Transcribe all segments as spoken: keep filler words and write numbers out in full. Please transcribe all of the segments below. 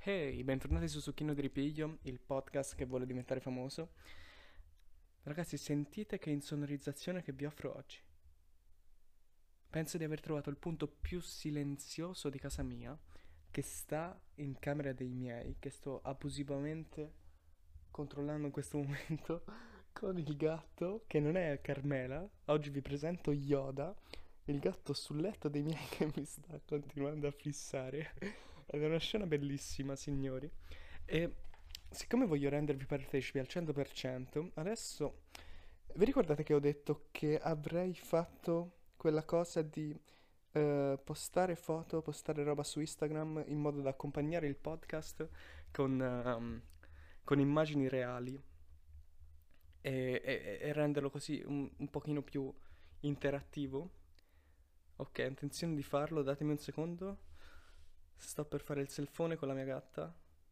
Hey, bentornati su Succhino di Ripiglio, il podcast che vuole diventare famoso. Ragazzi, sentite che insonorizzazione che vi offro oggi. Penso di aver trovato il punto più silenzioso di casa mia, che sta in camera dei miei, che sto abusivamente controllando in questo momento con il gatto, che non è Carmela. Oggi vi presento Yoda, il gatto sul letto dei miei che mi sta continuando a fissare. Ed è una scena bellissima, signori. E siccome voglio rendervi partecipi al cento per cento, adesso vi ricordate che ho detto che avrei fatto quella cosa di eh, postare foto, postare roba su Instagram in modo da accompagnare il podcast con, ehm, con immagini reali e, e- e renderlo così un, un pochino più interattivo? Ok, ho intenzione di farlo, datemi un secondo. Sto per fare il selfone con la mia gatta.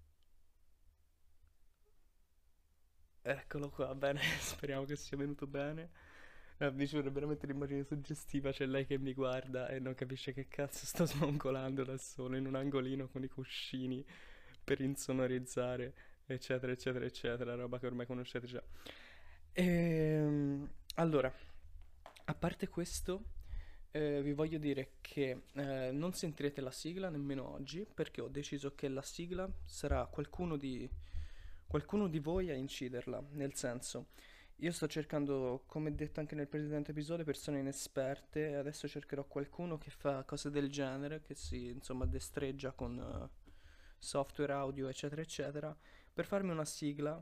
Eccolo qua, bene, speriamo che sia venuto bene. No, vi giuro, è veramente l'immagine suggestiva, c'è lei che mi guarda e non capisce che cazzo sto smongolando da solo in un angolino con i cuscini per insonorizzare, eccetera, eccetera, eccetera, roba che ormai conoscete già. Ehm, allora, a parte questo, eh, vi voglio dire che eh, non sentirete la sigla nemmeno oggi, perché ho deciso che la sigla sarà qualcuno di, qualcuno di voi a inciderla, nel senso, io sto cercando, come detto anche nel precedente episodio, persone inesperte e adesso cercherò qualcuno che fa cose del genere, che si, insomma, destreggia con eh, software audio, eccetera, eccetera, per farmi una sigla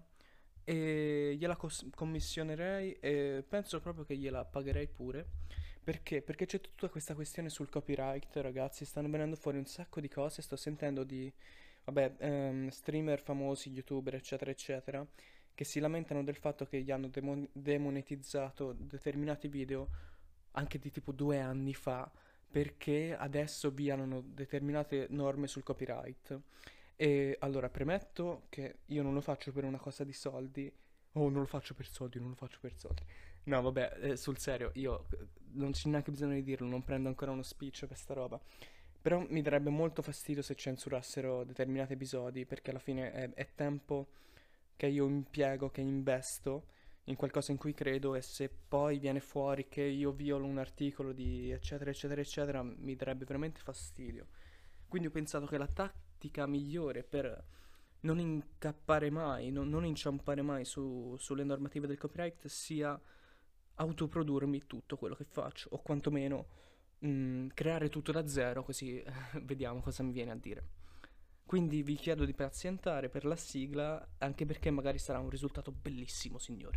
e gliela cos- commissionerei e penso proprio che gliela pagherei pure. Perché? Perché c'è tutta questa questione sul copyright, ragazzi, stanno venendo fuori un sacco di cose, sto sentendo di, vabbè, ehm, streamer famosi, youtuber, eccetera, eccetera, che si lamentano del fatto che gli hanno demon- demonetizzato determinati video anche di tipo due anni fa, perché adesso violano determinate norme sul copyright. E allora premetto che io non lo faccio per una cosa di soldi, o non lo faccio per soldi, non lo faccio per soldi. No, vabbè, eh, sul serio, io eh, non c'è neanche bisogno di dirlo, non prendo ancora uno speech per sta roba. Però mi darebbe molto fastidio se censurassero determinati episodi, perché alla fine è, è tempo che io impiego, che investo in qualcosa in cui credo e se poi viene fuori che io violo un articolo di eccetera eccetera eccetera, mi darebbe veramente fastidio. Quindi ho pensato che la tattica migliore per non incappare mai, non, non inciampare mai su- sulle normative del copyright sia autoprodurmi tutto quello che faccio, o quantomeno mm, creare tutto da zero, così vediamo cosa mi viene a dire. Quindi vi chiedo di pazientare per la sigla, anche perché magari sarà un risultato bellissimo, signori.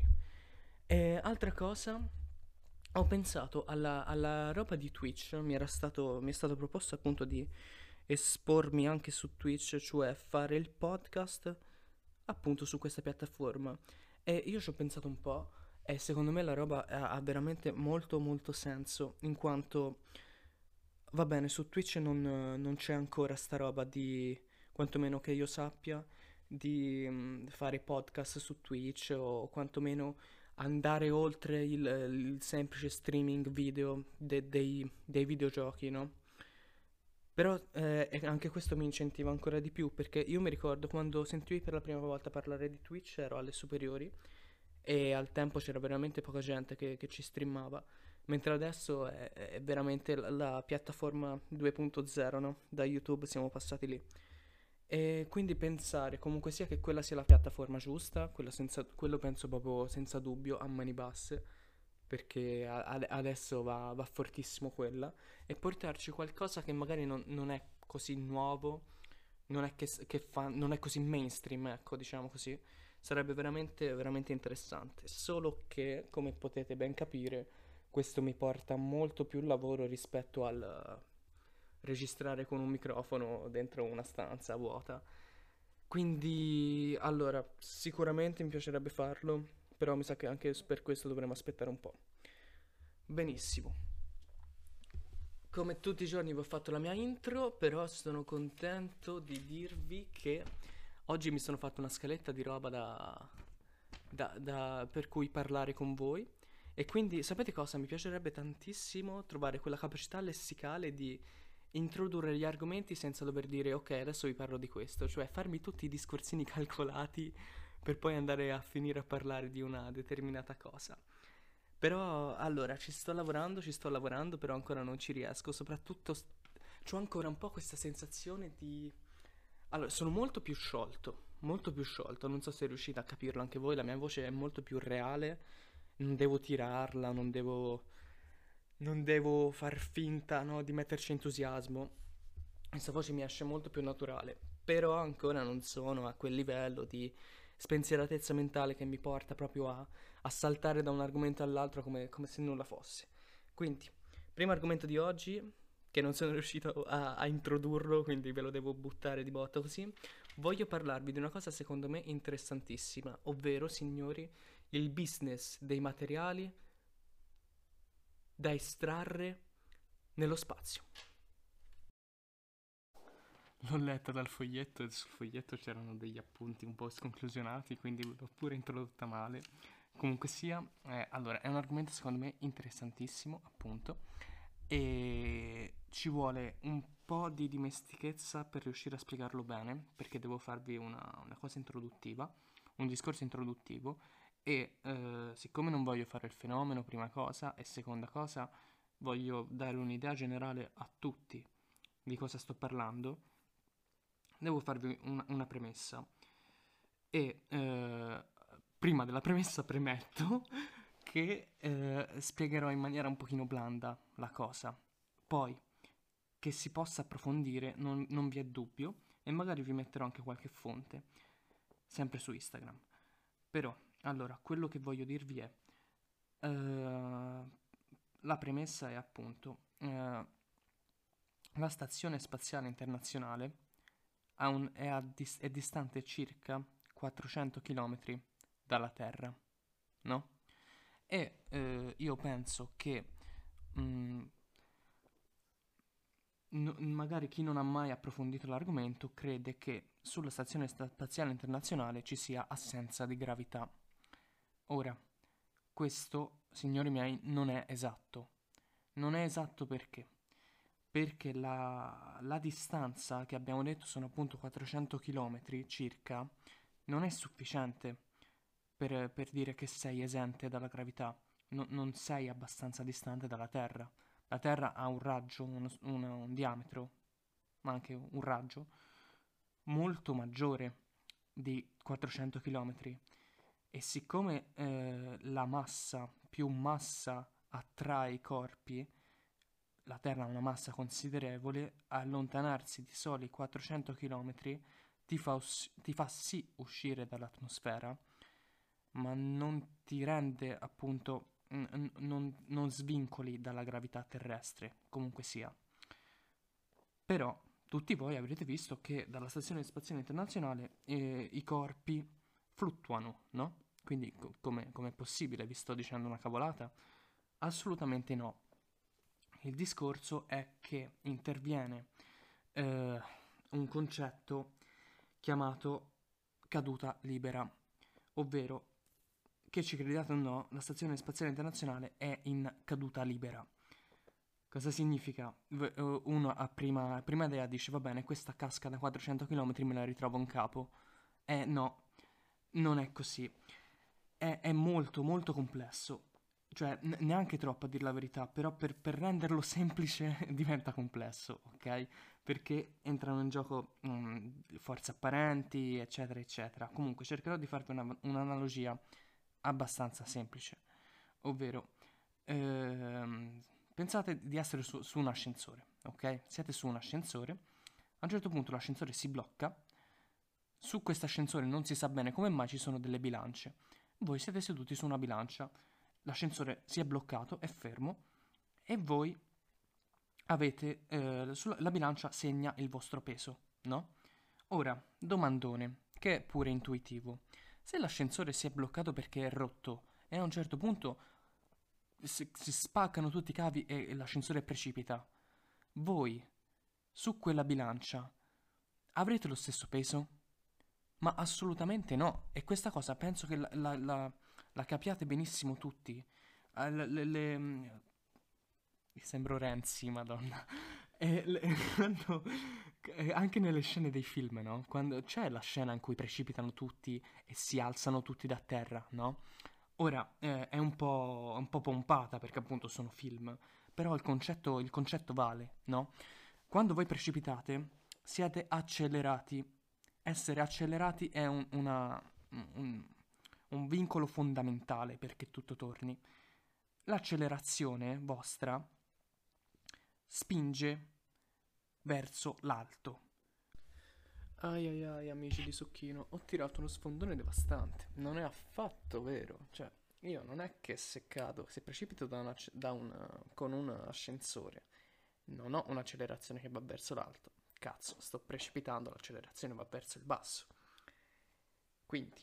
E altra cosa, ho pensato alla, alla roba di Twitch, mi era stato, mi è stato proposto appunto di espormi anche su Twitch, cioè fare il podcast appunto su questa piattaforma. E io ci ho pensato un po' e secondo me la roba ha, ha veramente molto molto senso, in quanto va bene, su Twitch non, non c'è ancora sta roba di, quantomeno che io sappia, di mm, fare podcast su Twitch o quantomeno andare oltre il, il semplice streaming video de- dei, dei videogiochi, no? Però eh, e anche questo mi incentiva ancora di più perché io mi ricordo quando sentii per la prima volta parlare di Twitch ero alle superiori e al tempo c'era veramente poca gente che, che ci streamava, mentre adesso è, è veramente la, la piattaforma due punto zero, no? Da YouTube siamo passati lì. E quindi pensare comunque sia che quella sia la piattaforma giusta, quella senza- quello penso proprio senza dubbio a mani basse, perché a- ad- adesso va, va fortissimo quella, e portarci qualcosa che magari non, non è così nuovo, non è, che, s- che fa, non è così mainstream, ecco, diciamo così, sarebbe veramente, veramente interessante. Solo che, come potete ben capire, questo mi porta molto più lavoro rispetto al registrare con un microfono dentro una stanza vuota. Quindi, allora, sicuramente mi piacerebbe farlo, però mi sa che anche s- per questo dovremo aspettare un po'. Benissimo. Come tutti i giorni vi ho fatto la mia intro, però sono contento di dirvi che oggi mi sono fatto una scaletta di roba da, da- da- per cui parlare con voi. E quindi sapete cosa? Mi piacerebbe tantissimo trovare quella capacità lessicale di introdurre gli argomenti senza dover dire ok, adesso vi parlo di questo, cioè farmi tutti i discorsini calcolati per poi andare a finire a parlare di una determinata cosa. Però allora ci sto lavorando, ci sto lavorando, però ancora non ci riesco, soprattutto ho ancora un po' questa sensazione di... Allora, sono molto più sciolto, molto più sciolto, non so se riuscite a capirlo anche voi, la mia voce è molto più reale, non devo tirarla, non devo non devo far finta, no, di metterci entusiasmo. Questa voce mi esce molto più naturale, però ancora non sono a quel livello di spensieratezza mentale che mi porta proprio a, a saltare da un argomento all'altro come, come se nulla fosse. Quindi, primo argomento di oggi, che non sono riuscito a, a introdurlo, quindi ve lo devo buttare di botta così, voglio parlarvi di una cosa secondo me interessantissima, ovvero, signori, il business dei materiali da estrarre nello spazio. L'ho letta dal foglietto e sul foglietto c'erano degli appunti un po' sconclusionati, quindi l'ho pure introdotta male. Comunque sia, eh, allora, è un argomento secondo me interessantissimo, appunto, e ci vuole un po' di dimestichezza per riuscire a spiegarlo bene, perché devo farvi una, una cosa introduttiva, un discorso introduttivo, e eh, siccome non voglio fare il fenomeno, prima cosa, e seconda cosa, voglio dare un'idea generale a tutti di cosa sto parlando, devo farvi una, una premessa. E eh, prima della premessa premetto che eh, spiegherò in maniera un pochino blanda la cosa. Poi, che si possa approfondire, non, non vi è dubbio, e magari vi metterò anche qualche fonte, sempre su Instagram. Però, allora, quello che voglio dirvi è, eh, la premessa è appunto, eh, la Stazione Spaziale Internazionale ha un- è, a dis- è distante circa quattrocento chilometri dalla Terra, no? E eh, io penso che mm, no- magari chi non ha mai approfondito l'argomento crede che sulla Stazione Sta- Spaziale Internazionale ci sia assenza di gravità. Ora, questo, signori miei, non è esatto. Non è esatto perché? Perché la, la distanza che abbiamo detto sono appunto quattrocento chilometri circa, non è sufficiente per, per dire che sei esente dalla gravità. No- non sei abbastanza distante dalla Terra. La Terra ha un raggio, uno- un, un diametro, ma anche un raggio molto maggiore di quattrocento chilometri. E siccome eh, la massa più massa attrae i corpi, la Terra ha una massa considerevole, allontanarsi di soli quattrocento chilometri ti fa, us- ti fa sì uscire dall'atmosfera, ma non ti rende appunto, n- n- non, non svincoli dalla gravità terrestre, comunque sia. Però tutti voi avrete visto che dalla Stazione Spaziale Internazionale eh, i corpi fluttuano, no? Quindi co- come è possibile? Vi sto dicendo una cavolata? Assolutamente no. Il discorso è che interviene eh, un concetto chiamato caduta libera, ovvero, che ci crediate o no, la Stazione Spaziale Internazionale è in caduta libera. Cosa significa? V- eh, Uno a prima, prima idea dice, va bene, questa casca da quattrocento chilometri me la ritrovo in capo. Eh no, non è così. È, è molto molto complesso. Cioè, n- neanche troppo a dir la verità, però per, per renderlo semplice diventa complesso, ok? Perché entrano in gioco mm, forze apparenti, eccetera, eccetera. Comunque cercherò di farvi una- un'analogia abbastanza semplice, ovvero ehm, pensate di essere su, su un ascensore, ok? Siete su un ascensore, a un certo punto l'ascensore si blocca, su questo ascensore non si sa bene come mai ci sono delle bilance. Voi siete seduti su una bilancia, l'ascensore si è bloccato, è fermo, e voi avete, eh, sulla, la bilancia segna il vostro peso, no? Ora, domandone, che è pure intuitivo. Se l'ascensore si è bloccato perché è rotto e a un certo punto si, si spaccano tutti i cavi e, e l'ascensore precipita, voi su quella bilancia avrete lo stesso peso? Ma assolutamente no. E questa cosa penso che la, la- la- la capiate benissimo tutti. Eh, le- le- le- Sembro Renzi, madonna. E le- quando- e anche nelle scene dei film, no? Quando c'è la scena in cui precipitano tutti e si alzano tutti da terra, no? Ora, eh, è un po', un po' pompata perché appunto sono film, però il concetto, il concetto vale, no? Quando voi precipitate, siete accelerati. Essere accelerati è un, una- un- un vincolo fondamentale perché tutto torni. L'accelerazione vostra spinge verso l'alto. Ai ai ai, amici di Succhino, ho tirato uno sfondone devastante. Non è affatto vero. Cioè, io non è che se cado, se precipito da una- da un- con un ascensore, non ho un'accelerazione che va verso l'alto. Cazzo, sto precipitando, l'accelerazione va verso il basso. Quindi,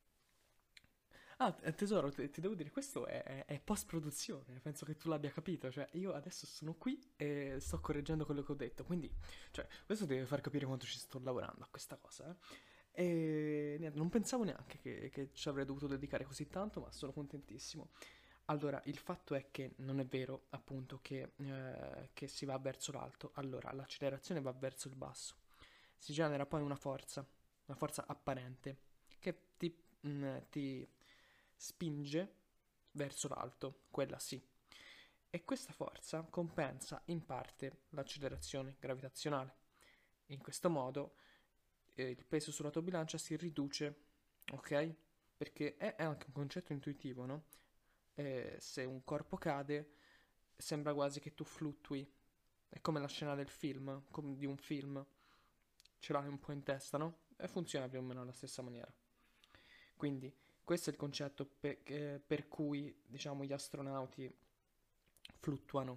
ah, eh, tesoro, ti, ti devo dire, questo è, è- è post-produzione, penso che tu l'abbia capito, cioè io adesso sono qui e sto correggendo quello che ho detto, quindi, cioè, questo deve far capire quanto ci sto lavorando a questa cosa, eh. E niente, non pensavo neanche che, che ci avrei dovuto dedicare così tanto, ma sono contentissimo. Allora, il fatto è che non è vero, appunto, che, eh, che si va verso l'alto. Allora, l'accelerazione va verso il basso. Si genera poi una forza, una forza apparente, che ti, mm, ti spinge verso l'alto, quella sì. E questa forza compensa in parte l'accelerazione gravitazionale. In questo modo eh, il peso sulla tua bilancia si riduce, ok? Perché è, è anche un concetto intuitivo, no? Eh, se un corpo cade, sembra quasi che tu fluttui. È come la scena del film, come di un film. Ce l'hai un po' in testa, no? E funziona più o meno alla stessa maniera. Quindi, questo è il concetto per, eh, per cui, diciamo, gli astronauti fluttuano.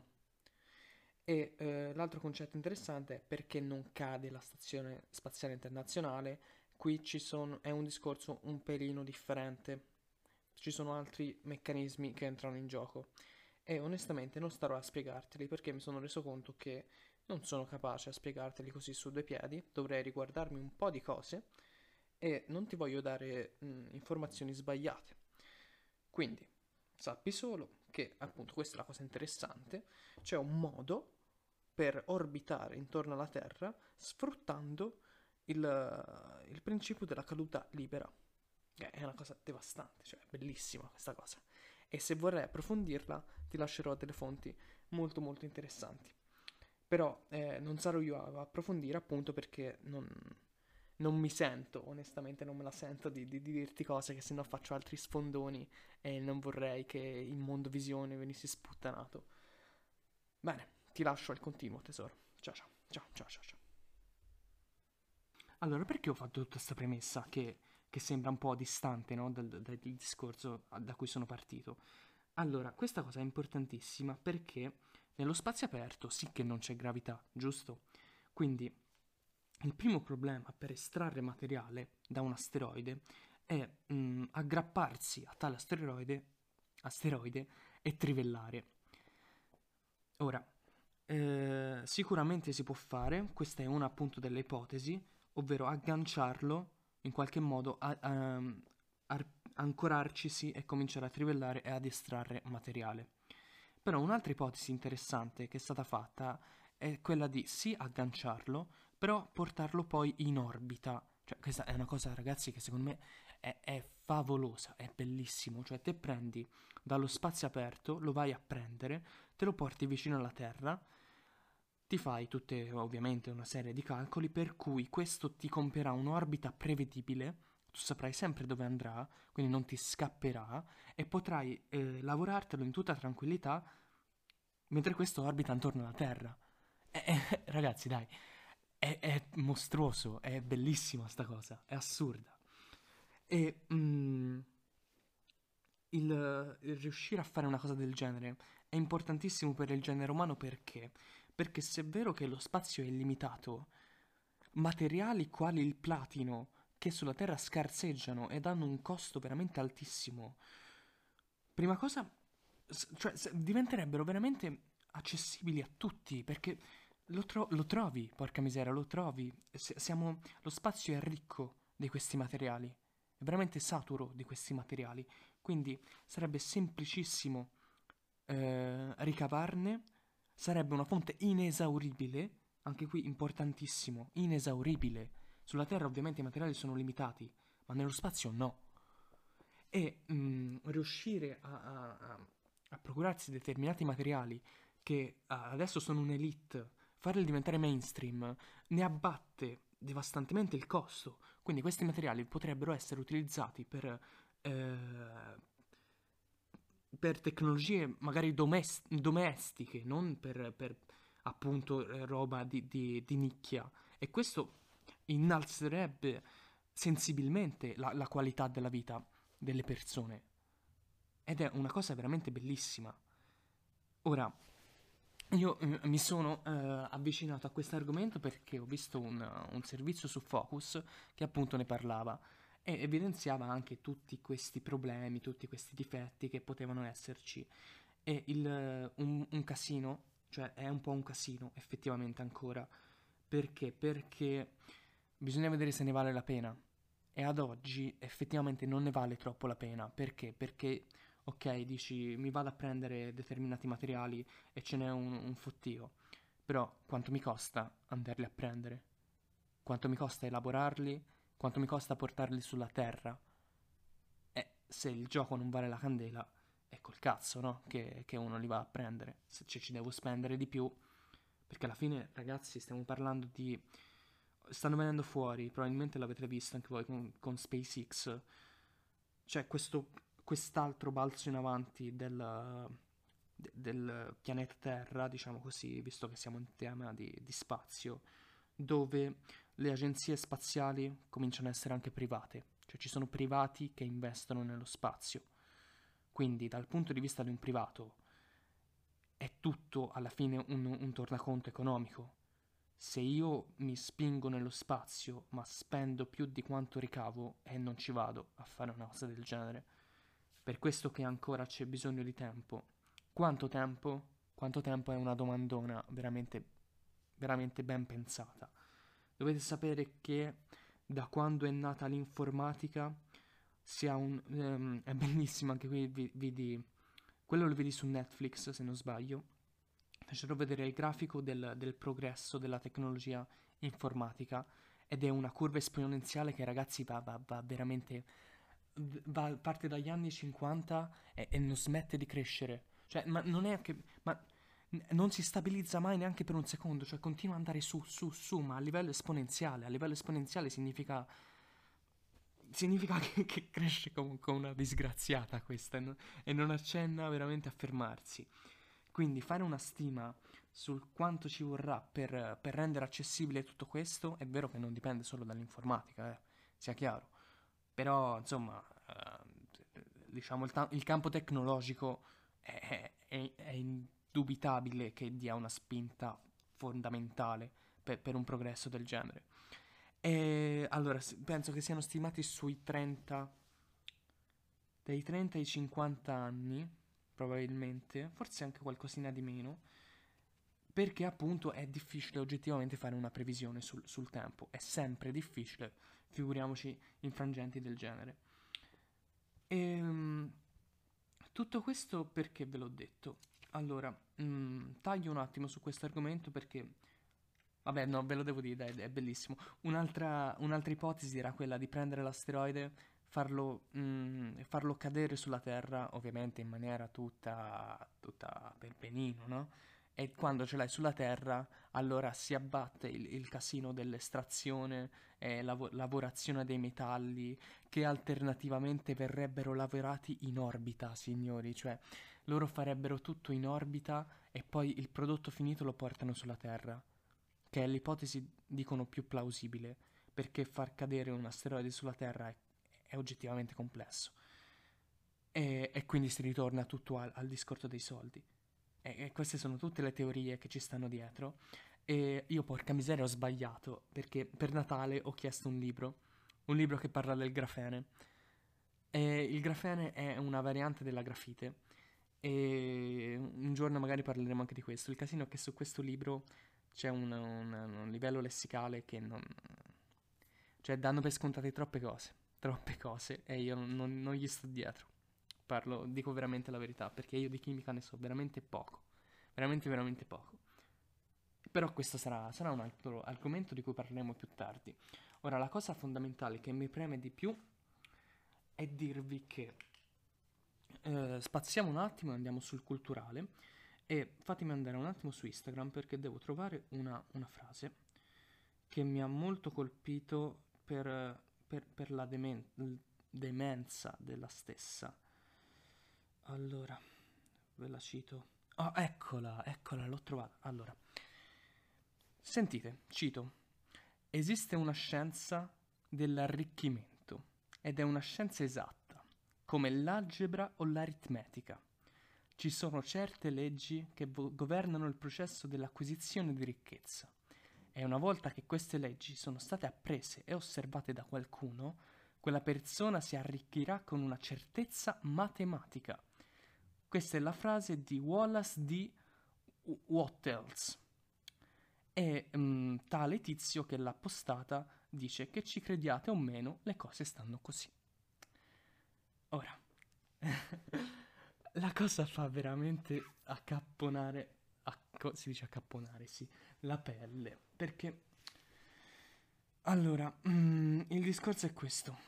E eh, l'altro concetto interessante è perché non cade la Stazione Spaziale Internazionale. Qui ci sono, è un discorso un pelino differente. Ci sono altri meccanismi che entrano in gioco. E onestamente non starò a spiegarteli perché mi sono reso conto che non sono capace a spiegarteli così su due piedi. Dovrei riguardarmi un po' di cose e non ti voglio dare mh, informazioni sbagliate. Quindi sappi solo che, appunto, questa è la cosa interessante, c'è un modo per orbitare intorno alla Terra sfruttando il, il principio della caduta libera. Che è una cosa devastante, cioè è bellissima questa cosa. E se vorrai approfondirla, ti lascerò delle fonti molto molto interessanti. Però eh, non sarò io a approfondire appunto perché non, non mi sento, onestamente non me la sento di, di- di dirti cose che sennò faccio altri sfondoni e non vorrei che il mondo visione venisse sputtanato. Bene, ti lascio al continuo, tesoro. Ciao ciao, ciao ciao ciao ciao. Allora, perché ho fatto tutta questa premessa che, che sembra un po' distante, no, dal, dal- dal discorso da cui sono partito? Allora, questa cosa è importantissima perché nello spazio aperto sì che non c'è gravità, giusto? Quindi il primo problema per estrarre materiale da un asteroide è mm, aggrapparsi a tale asteroide, asteroide e trivellare. Ora, eh, sicuramente si può fare, questa è una appunto delle ipotesi, ovvero agganciarlo in qualche modo, a, a- ar- ancorarcisi e cominciare a trivellare e ad estrarre materiale. Però un'altra ipotesi interessante che è stata fatta è quella di sì agganciarlo, però portarlo poi in orbita. Cioè, questa è una cosa, ragazzi, che secondo me è, è favolosa, è bellissimo. Cioè, te prendi dallo spazio aperto, lo vai a prendere, te lo porti vicino alla Terra, ti fai tutte, ovviamente, una serie di calcoli per cui questo ti compierà un'orbita prevedibile, tu saprai sempre dove andrà, quindi non ti scapperà e potrai eh, lavorartelo in tutta tranquillità mentre questo orbita intorno alla Terra. Eh, eh, ragazzi, dai, è, è mostruoso, è bellissima sta cosa, è assurda. E mm, il, il riuscire a fare una cosa del genere è importantissimo per il genere umano perché? Perché se è vero che lo spazio è illimitato, materiali quali il platino che sulla Terra scarseggiano ed hanno un costo veramente altissimo, prima cosa, s- cioè, s- diventerebbero veramente accessibili a tutti perché lo, tro- lo trovi, porca miseria, lo trovi. S- siamo, lo spazio è ricco di questi materiali, è veramente saturo di questi materiali, quindi sarebbe semplicissimo eh, ricavarne, sarebbe una fonte inesauribile, anche qui importantissimo, inesauribile. Sulla Terra ovviamente i materiali sono limitati, ma nello spazio no. E mh, riuscire a, a- a- a procurarsi determinati materiali che ah, adesso sono un'elite, farli diventare mainstream, ne abbatte devastantemente il costo. Quindi questi materiali potrebbero essere utilizzati per, eh, per tecnologie magari domes- domestiche, non per, per, appunto eh, roba di, di- di nicchia. E questo innalzerebbe sensibilmente la, la qualità della vita delle persone. Ed è una cosa veramente bellissima. Ora, io eh, mi sono eh, avvicinato a questo argomento perché ho visto un, un servizio su Focus che appunto ne parlava e evidenziava anche tutti questi problemi, tutti questi difetti che potevano esserci. E il, eh, un, un casino, cioè è un po' un casino effettivamente ancora. Perché? Perché bisogna vedere se ne vale la pena. E ad oggi effettivamente non ne vale troppo la pena. Perché? Perché, ok, dici mi vado a prendere determinati materiali e ce n'è un, un fottio. Però quanto mi costa andarli a prendere? Quanto mi costa elaborarli? Quanto mi costa portarli sulla terra? E se il gioco non vale la candela, è col cazzo, no? Che, che uno li va a prendere. Se ci, ci devo spendere di più. Perché alla fine, ragazzi, stiamo parlando di... Stanno venendo fuori, probabilmente l'avete visto anche voi con, con SpaceX. C'è questo, quest'altro balzo in avanti del, de- del pianeta Terra, diciamo così, visto che siamo in tema di, di spazio, dove le agenzie spaziali cominciano a essere anche private, cioè ci sono privati che investono nello spazio. Quindi dal punto di vista di un privato è tutto alla fine un, un tornaconto economico. Se io mi spingo nello spazio ma spendo più di quanto ricavo e non ci vado a fare una cosa del genere. Per questo che ancora c'è bisogno di tempo. Quanto tempo? Quanto tempo è una domandona veramente, veramente ben pensata. Dovete sapere che da quando è nata l'informatica si ha un... ehm, è bellissimo anche qui vi- vedi... Quello lo vedi su Netflix, se non sbaglio. Fecero vedere il grafico del, del progresso della tecnologia informatica ed è una curva esponenziale che ragazzi va, va- va veramente va- parte dagli anni cinquanta e, e non smette di crescere. Cioè, ma non è che... Ma n- non si stabilizza mai neanche per un secondo, cioè continua ad andare su, su, su, ma a livello esponenziale. A livello esponenziale significa... Significa che, che cresce comunque una disgraziata questa e non, e non accenna veramente a fermarsi. Quindi fare una stima sul quanto ci vorrà per, per rendere accessibile tutto questo, è vero che non dipende solo dall'informatica, eh, sia chiaro. Però, insomma, eh, diciamo, il, ta- il campo tecnologico è, è- è indubitabile che dia una spinta fondamentale per, per un progresso del genere. E allora, s- penso che siano stimati sui trenta, dai trenta ai cinquanta anni, probabilmente, forse anche qualcosina di meno, perché appunto è difficile oggettivamente fare una previsione sul, sul tempo. È sempre difficile, figuriamoci in frangenti del genere. Ehm, tutto questo perché ve l'ho detto. Allora, mm, taglio un attimo su questo argomento perché, vabbè, no, ve lo devo dire, dai, è bellissimo. Un'altra, un'altra ipotesi era quella di prendere l'asteroide, farlo, mm, farlo cadere sulla Terra, ovviamente in maniera tutta, tutta per benino, no? E quando ce l'hai sulla Terra, allora si abbatte il, il casino dell'estrazione e lavo- lavorazione dei metalli che alternativamente verrebbero lavorati in orbita, signori, cioè loro farebbero tutto in orbita e poi il prodotto finito lo portano sulla Terra, che è l'ipotesi, dicono, più plausibile, perché far cadere un asteroide sulla Terra è, è oggettivamente complesso. E, e quindi si ritorna tutto al, al discorso dei soldi. E, e queste sono tutte le teorie che ci stanno dietro. E io, porca miseria, ho sbagliato, perché per Natale ho chiesto un libro, un libro che parla del grafene. E il grafene è una variante della grafite e un giorno magari parleremo anche di questo. Il casino è che su questo libro c'è un, un- un livello lessicale che non... cioè danno per scontate troppe cose, troppe cose e io non, non- non gli sto dietro. Parlo, dico veramente la verità, perché io di chimica ne so veramente poco, veramente veramente poco. Però questo sarà, sarà un altro argomento di cui parleremo più tardi. Ora, la cosa fondamentale che mi preme di più è dirvi che eh, spaziamo un attimo e andiamo sul culturale e fatemi andare un attimo su Instagram perché devo trovare una, una frase che mi ha molto colpito per, per, per la demen- demenza della stessa. Allora, ve la cito. Ah, eccola, eccola, l'ho trovata. Allora, sentite, cito. Esiste una scienza dell'arricchimento ed è una scienza esatta, come l'algebra o l'aritmetica. Ci sono certe leggi che vo- governano il processo dell'acquisizione di ricchezza. E una volta che queste leggi sono state apprese e osservate da qualcuno, quella persona si arricchirà con una certezza matematica. Questa è la frase di Wallace D. Wattles. E mm, tale tizio che l'ha postata dice che ci crediate o meno, le cose stanno così. Ora, la cosa fa veramente accapponare, acco- si dice accapponare, sì, la pelle, perché allora, mm, il discorso è questo.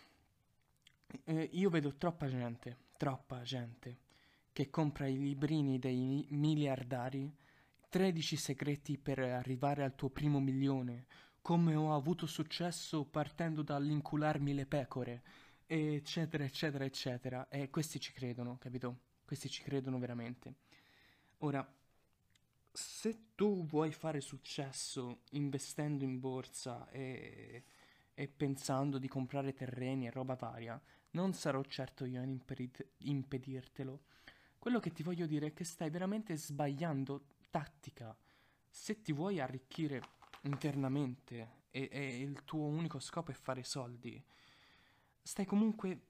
Eh, io vedo troppa gente, troppa gente che compra i librini dei miliardari, tredici segreti per arrivare al tuo primo milione, come ho avuto successo partendo dall'incularmi le pecore, eccetera, eccetera, eccetera. E questi ci credono, capito? Questi ci credono veramente. Ora, se tu vuoi fare successo investendo in borsa e, e pensando di comprare terreni e roba varia, non sarò certo io ad imperit- impedirtelo. Quello che ti voglio dire è che stai veramente sbagliando tattica. Se ti vuoi arricchire internamente e, e il tuo unico scopo è fare soldi, stai comunque...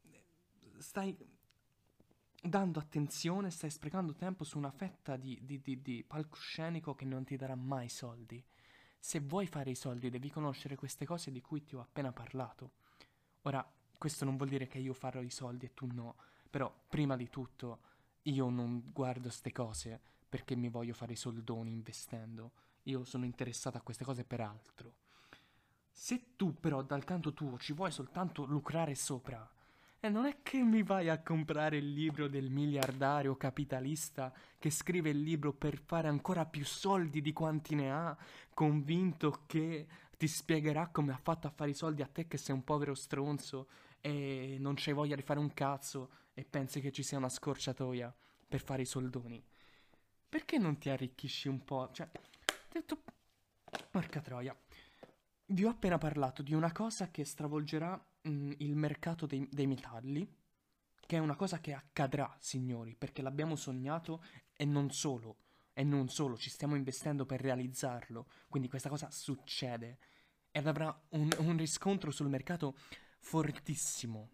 stai dando attenzione, stai sprecando tempo su una fetta di, di, di, di palcoscenico che non ti darà mai soldi. Se vuoi fare i soldi, devi conoscere queste cose di cui ti ho appena parlato. Ora, questo non vuol dire che io farò i soldi e tu no, però prima di tutto io non guardo ste cose perché mi voglio fare i soldoni investendo. Io sono interessato a queste cose per altro. Se tu però dal canto tuo ci vuoi soltanto lucrare sopra, e non è che mi vai a comprare il libro del miliardario capitalista che scrive il libro per fare ancora più soldi di quanti ne ha, convinto che ti spiegherà come ha fatto a fare i soldi a te che sei un povero stronzo e non c'hai voglia di fare un cazzo e pensi che ci sia una scorciatoia per fare i soldoni. Perché non ti arricchisci un po'? Cioè, ho detto, porca troia. Vi ho appena parlato di una cosa che stravolgerà mm, il mercato dei, dei metalli, che è una cosa che accadrà, signori, perché l'abbiamo sognato e non solo, e non solo, ci stiamo investendo per realizzarlo, quindi questa cosa succede ed avrà un, un riscontro sul mercato fortissimo.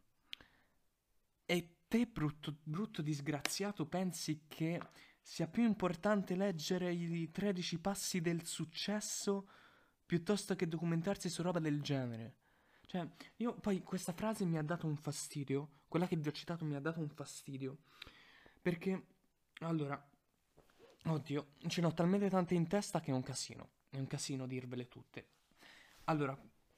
E te, brutto, brutto disgraziato, pensi che sia più importante leggere i tredici passi del successo piuttosto che documentarsi su roba del genere? Cioè, io poi questa frase mi ha dato un fastidio, quella che vi ho citato mi ha dato un fastidio, perché, allora, oddio, ce ne ho talmente tante in testa che è un casino, è un casino dirvele tutte. Allora,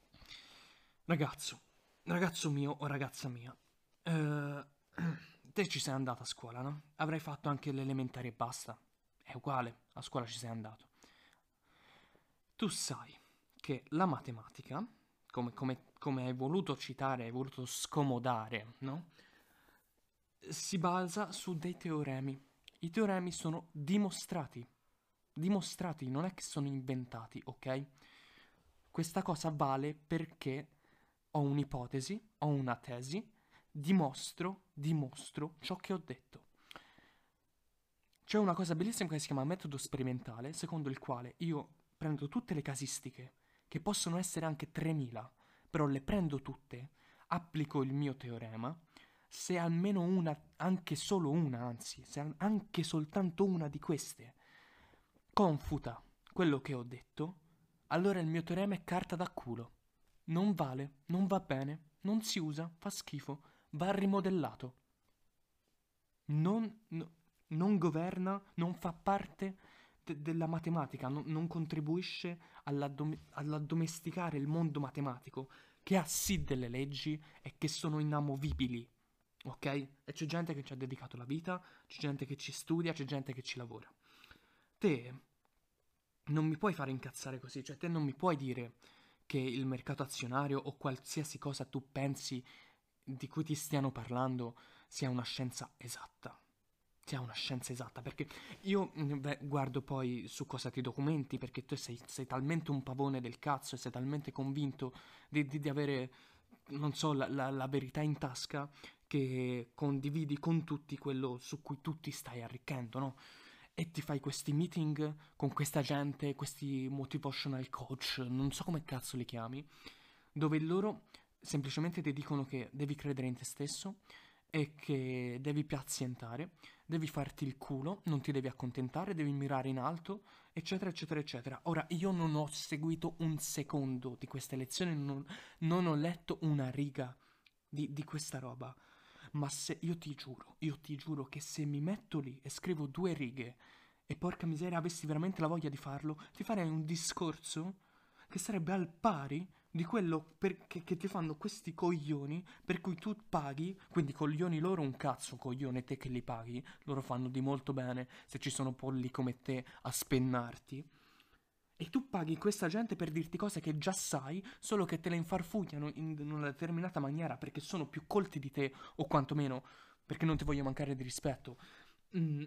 ragazzo, ragazzo mio o ragazza mia, eh, te ci sei andato a scuola, no? Avrai fatto anche l'elementare e basta. È uguale, a scuola ci sei andato. Tu sai che la matematica, come, come- come hai voluto citare, hai voluto scomodare, no? Si basa su dei teoremi. I teoremi sono dimostrati. Dimostrati, non è che sono inventati, ok? Questa cosa vale perché ho un'ipotesi, ho una tesi, dimostro, dimostro ciò che ho detto. C'è una cosa bellissima che si chiama metodo sperimentale, secondo il quale io prendo tutte le casistiche, che possono essere anche tremila, però le prendo tutte, applico il mio teorema, se almeno una, anche solo una, anzi, se anche soltanto una di queste confuta quello che ho detto, allora il mio teorema è carta da culo. Non vale, non va bene, non si usa, fa schifo, va rimodellato. Non... no- non governa, non fa parte de- della matematica, non, non contribuisce all'addom- all'addomesticare il mondo matematico, che ha sì delle leggi e che sono inamovibili, ok? E c'è gente che ci ha dedicato la vita, c'è gente che ci studia, c'è gente che ci lavora. Te non mi puoi fare incazzare così, cioè te non mi puoi dire che il mercato azionario o qualsiasi cosa tu pensi di cui ti stiano parlando sia una scienza esatta. Sia una scienza esatta, perché io mm, beh, guardo poi su cosa ti documenti, perché tu sei, sei talmente un pavone del cazzo e sei talmente convinto di, di- di avere, non so, la, la- la verità in tasca, che condividi con tutti quello su cui tu ti stai arricchendo, no? E ti fai questi meeting con questa gente, questi motivational coach, non so come cazzo li chiami, dove loro semplicemente ti dicono che devi credere in te stesso e che devi piazientare, devi farti il culo, non ti devi accontentare, devi mirare in alto, eccetera, eccetera, eccetera. Ora, io non ho seguito un secondo di queste lezioni, non, non ho letto una riga di, di questa roba. Ma se io ti giuro, io ti giuro che se mi metto lì e scrivo due righe e porca miseria avessi veramente la voglia di farlo, ti farei un discorso che sarebbe al pari di quello per- che, che ti fanno questi coglioni per cui tu paghi, quindi coglioni loro un cazzo, coglione te che li paghi, loro fanno di molto bene se ci sono polli come te a spennarti. E tu paghi questa gente per dirti cose che già sai, solo che te le infarfugliano in una determinata maniera perché sono più colti di te, o quantomeno perché non ti voglio mancare di rispetto. Mm,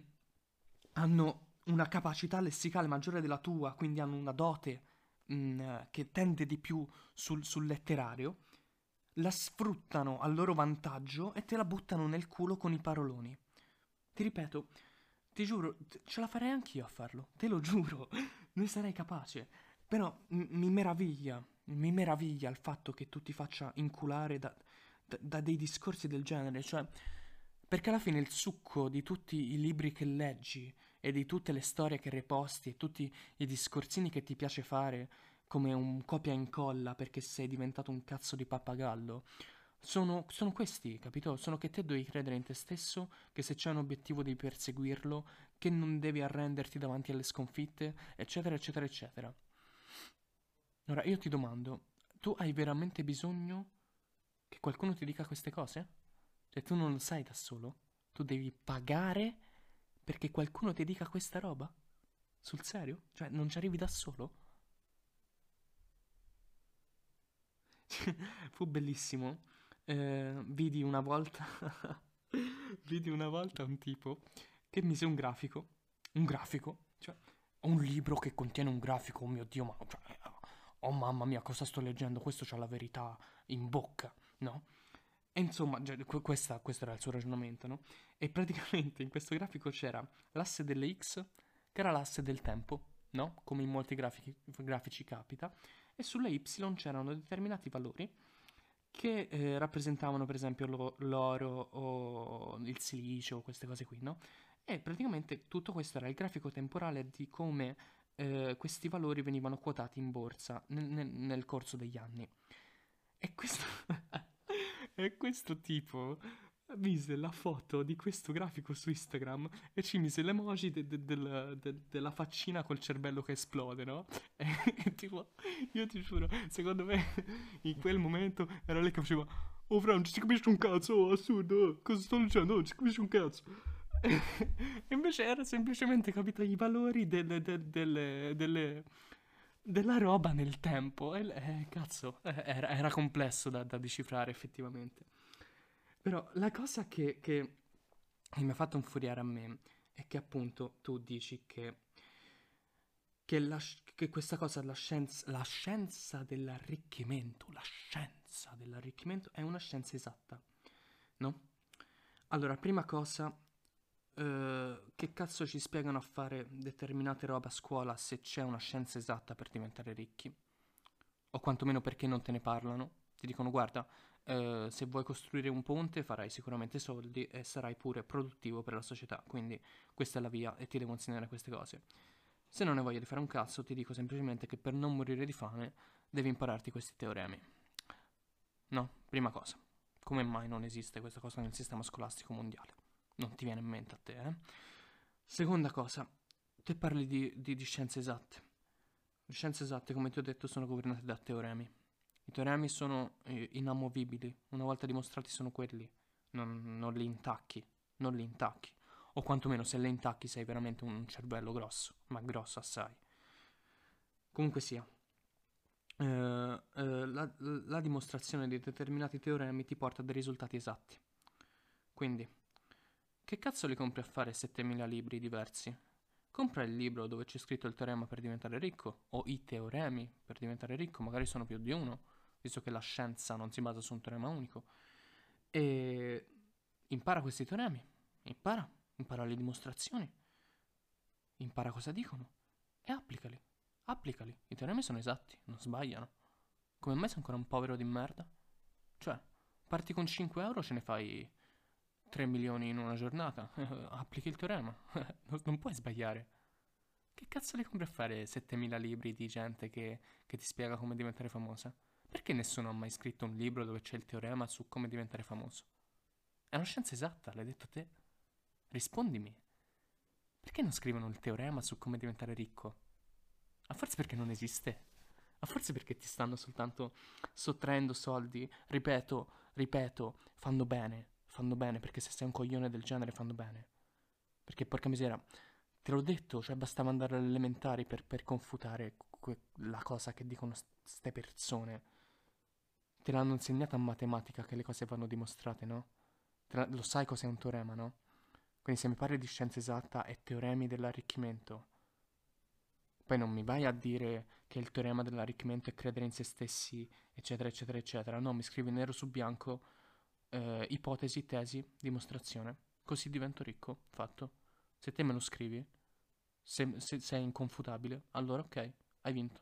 hanno una capacità lessicale maggiore della tua, quindi hanno una dote mm, eh, che tende di più sul, sul letterario, la sfruttano a loro vantaggio e te la buttano nel culo con i paroloni. Ti ripeto, ti giuro, t- ce la farei anch'io a farlo, te lo giuro, ne sarei capace. Però m- mi meraviglia, mi meraviglia il fatto che tu ti faccia inculare da, da- da dei discorsi del genere, cioè, perché alla fine il succo di tutti i libri che leggi e di tutte le storie che reposti e tutti i discorsini che ti piace fare come un copia e incolla perché sei diventato un cazzo di pappagallo, sono, sono questi, capito? Sono che te devi credere in te stesso, che se c'è un obiettivo devi perseguirlo, che non devi arrenderti davanti alle sconfitte, eccetera, eccetera, eccetera. Ora io ti domando, tu hai veramente bisogno che qualcuno ti dica queste cose? Cioè tu non lo sai da solo? Tu devi pagare perché qualcuno ti dica questa roba? Sul serio? Cioè non ci arrivi da solo? Fu bellissimo. Eh, vidi una volta vidi una volta un tipo che mise un grafico, un grafico, cioè un libro che contiene un grafico, oh mio Dio, ma cioè, oh mamma mia, cosa sto leggendo? Questo c'ha la verità in bocca, no? E insomma, cioè, que- questa- questo era il suo ragionamento, no? E praticamente in questo grafico c'era l'asse delle X, che era l'asse del tempo, no? Come in molti grafici, grafici capita, e sulle Y c'erano determinati valori che eh, rappresentavano per esempio lo- l'oro o il silicio, queste cose qui, no? E praticamente tutto questo era il grafico temporale di come eh, questi valori venivano quotati in borsa nel, nel- nel corso degli anni. E questo, e questo tipo mise la foto di questo grafico su Instagram e ci mise l'emoji de- de- del- de- della faccina col cervello che esplode, no? E, e tipo, io ti giuro, secondo me in quel momento era lei che faceva: "Oh Fra, non ci si capisce un cazzo, oh, assurdo, oh, cosa sto dicendo? Oh, non ci si capisce un cazzo." E invece era semplicemente, capito, i valori delle, de- delle, delle- della roba nel tempo. E eh, cazzo, eh, era, era complesso da, da decifrare effettivamente. Però la cosa che, che che mi ha fatto infuriare a me è che appunto tu dici che, che, la sci- che questa cosa, la scienza, la scienza dell'arricchimento, la scienza dell'arricchimento è una scienza esatta, no? Allora, prima cosa, eh, che cazzo ci spiegano a fare determinate robe a scuola se c'è una scienza esatta per diventare ricchi? O quantomeno perché non te ne parlano? Ti dicono, guarda, eh, se vuoi costruire un ponte farai sicuramente soldi e sarai pure produttivo per la società, quindi questa è la via e ti devo insegnare queste cose. Se non hai voglia di fare un cazzo, ti dico semplicemente che per non morire di fame devi impararti questi teoremi. No, prima cosa. Come mai non esiste questa cosa nel sistema scolastico mondiale? Non ti viene in mente a te, eh? Seconda cosa, te parli di, di, di scienze esatte. Le scienze esatte, come ti ho detto, sono governate da teoremi. I teoremi sono eh, inamovibili, una volta dimostrati sono quelli, non, non li intacchi, non li intacchi. O quantomeno se li intacchi sei veramente un cervello grosso, ma grosso assai. Comunque sia, eh, eh, la, la dimostrazione di determinati teoremi ti porta a dei risultati esatti. Quindi, che cazzo li compri a fare settemila libri diversi? Compra il libro dove c'è scritto il teorema per diventare ricco, o i teoremi per diventare ricco, magari sono più di uno, visto che la scienza non si basa su un teorema unico, e impara questi teoremi, impara, impara le dimostrazioni, impara cosa dicono, e applicali, applicali. I teoremi sono esatti, non sbagliano. Come mai sei ancora un povero di merda? Cioè, parti con cinque euro, ce ne fai tre milioni in una giornata. Applichi il teorema. Non puoi sbagliare. Che cazzo li compri a fare settemila libri di gente che, che ti spiega come diventare famosa? Perché nessuno ha mai scritto un libro dove c'è il teorema su come diventare famoso? È una scienza esatta, l'hai detto te. Rispondimi. Perché non scrivono il teorema su come diventare ricco? A forse perché non esiste. A forse perché ti stanno soltanto sottraendo soldi. Ripeto, ripeto, fanno bene. Fanno bene, perché se sei un coglione del genere fanno bene. Perché porca misera, te l'ho detto, cioè bastava andare alle elementari per, per confutare que- la cosa che dicono queste persone. Te l'hanno insegnata a matematica che le cose vanno dimostrate, no? Te la- lo sai cos'è un teorema, no? Quindi se mi parli di scienza esatta e teoremi dell'arricchimento, poi non mi vai a dire che il teorema dell'arricchimento è credere in se stessi, eccetera, eccetera, eccetera. No, mi scrivi nero su bianco, eh, ipotesi, tesi, dimostrazione. Così divento ricco, fatto. Se te me lo scrivi, se, se sei inconfutabile, allora ok, hai vinto.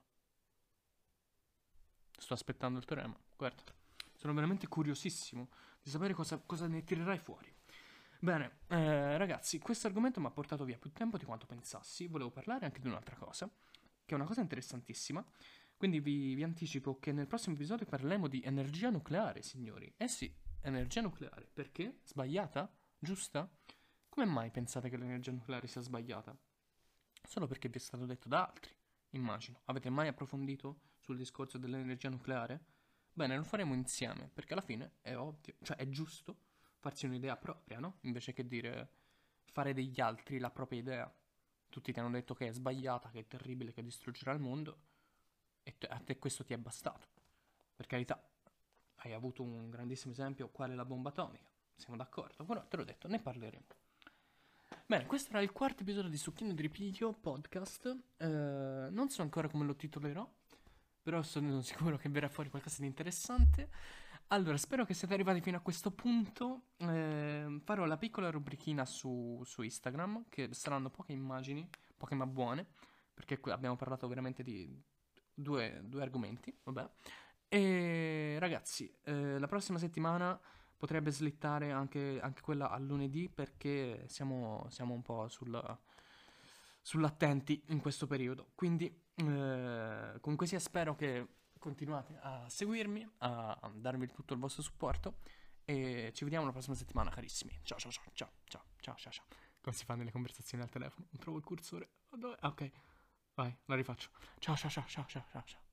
Sto aspettando il teorema, guarda. Sono veramente curiosissimo di sapere cosa, cosa ne tirerai fuori. Bene, eh, ragazzi, questo argomento mi ha portato via più tempo di quanto pensassi. Volevo parlare anche di un'altra cosa, che è una cosa interessantissima. Quindi vi, vi anticipo che nel prossimo episodio parleremo di energia nucleare, signori. Eh sì, energia nucleare. Perché? Sbagliata? Giusta? Come mai pensate che l'energia nucleare sia sbagliata? Solo perché vi è stato detto da altri, immagino. Avete mai approfondito sul discorso dell'energia nucleare? Bene, lo faremo insieme, perché alla fine è ovvio, cioè è giusto farsi un'idea propria, no? Invece che dire fare degli altri la propria idea. Tutti ti hanno detto che è sbagliata, che è terribile, che distruggerà il mondo, e te- a te questo ti è bastato. Per carità, hai avuto un grandissimo esempio, quale la bomba atomica. Siamo d'accordo, però te l'ho detto, ne parleremo. Bene, questo era il quarto episodio di Succhino di Ripiglio podcast. Eh, non so ancora come lo titolerò, però sono sicuro che verrà fuori qualcosa di interessante. Allora, spero che siate arrivati fino a questo punto. Eh, farò la piccola rubrichina su, su Instagram, che saranno poche immagini, poche ma buone, perché qui abbiamo parlato veramente di due, due argomenti, vabbè. E ragazzi, eh, la prossima settimana potrebbe slittare anche, anche quella a lunedì perché siamo, siamo un po' sul, sull'attenti in questo periodo. Quindi, eh, comunque sia, spero che continuate a seguirmi, a, a darmi tutto il vostro supporto e ci vediamo la prossima settimana, carissimi. Ciao, ciao, ciao, ciao, ciao, ciao, ciao, ciao. Come si fa nelle conversazioni al telefono? Non trovo il cursore. Oh, dove? Ah, ok, vai, la rifaccio. Ciao, ciao, ciao, ciao, ciao, ciao, ciao.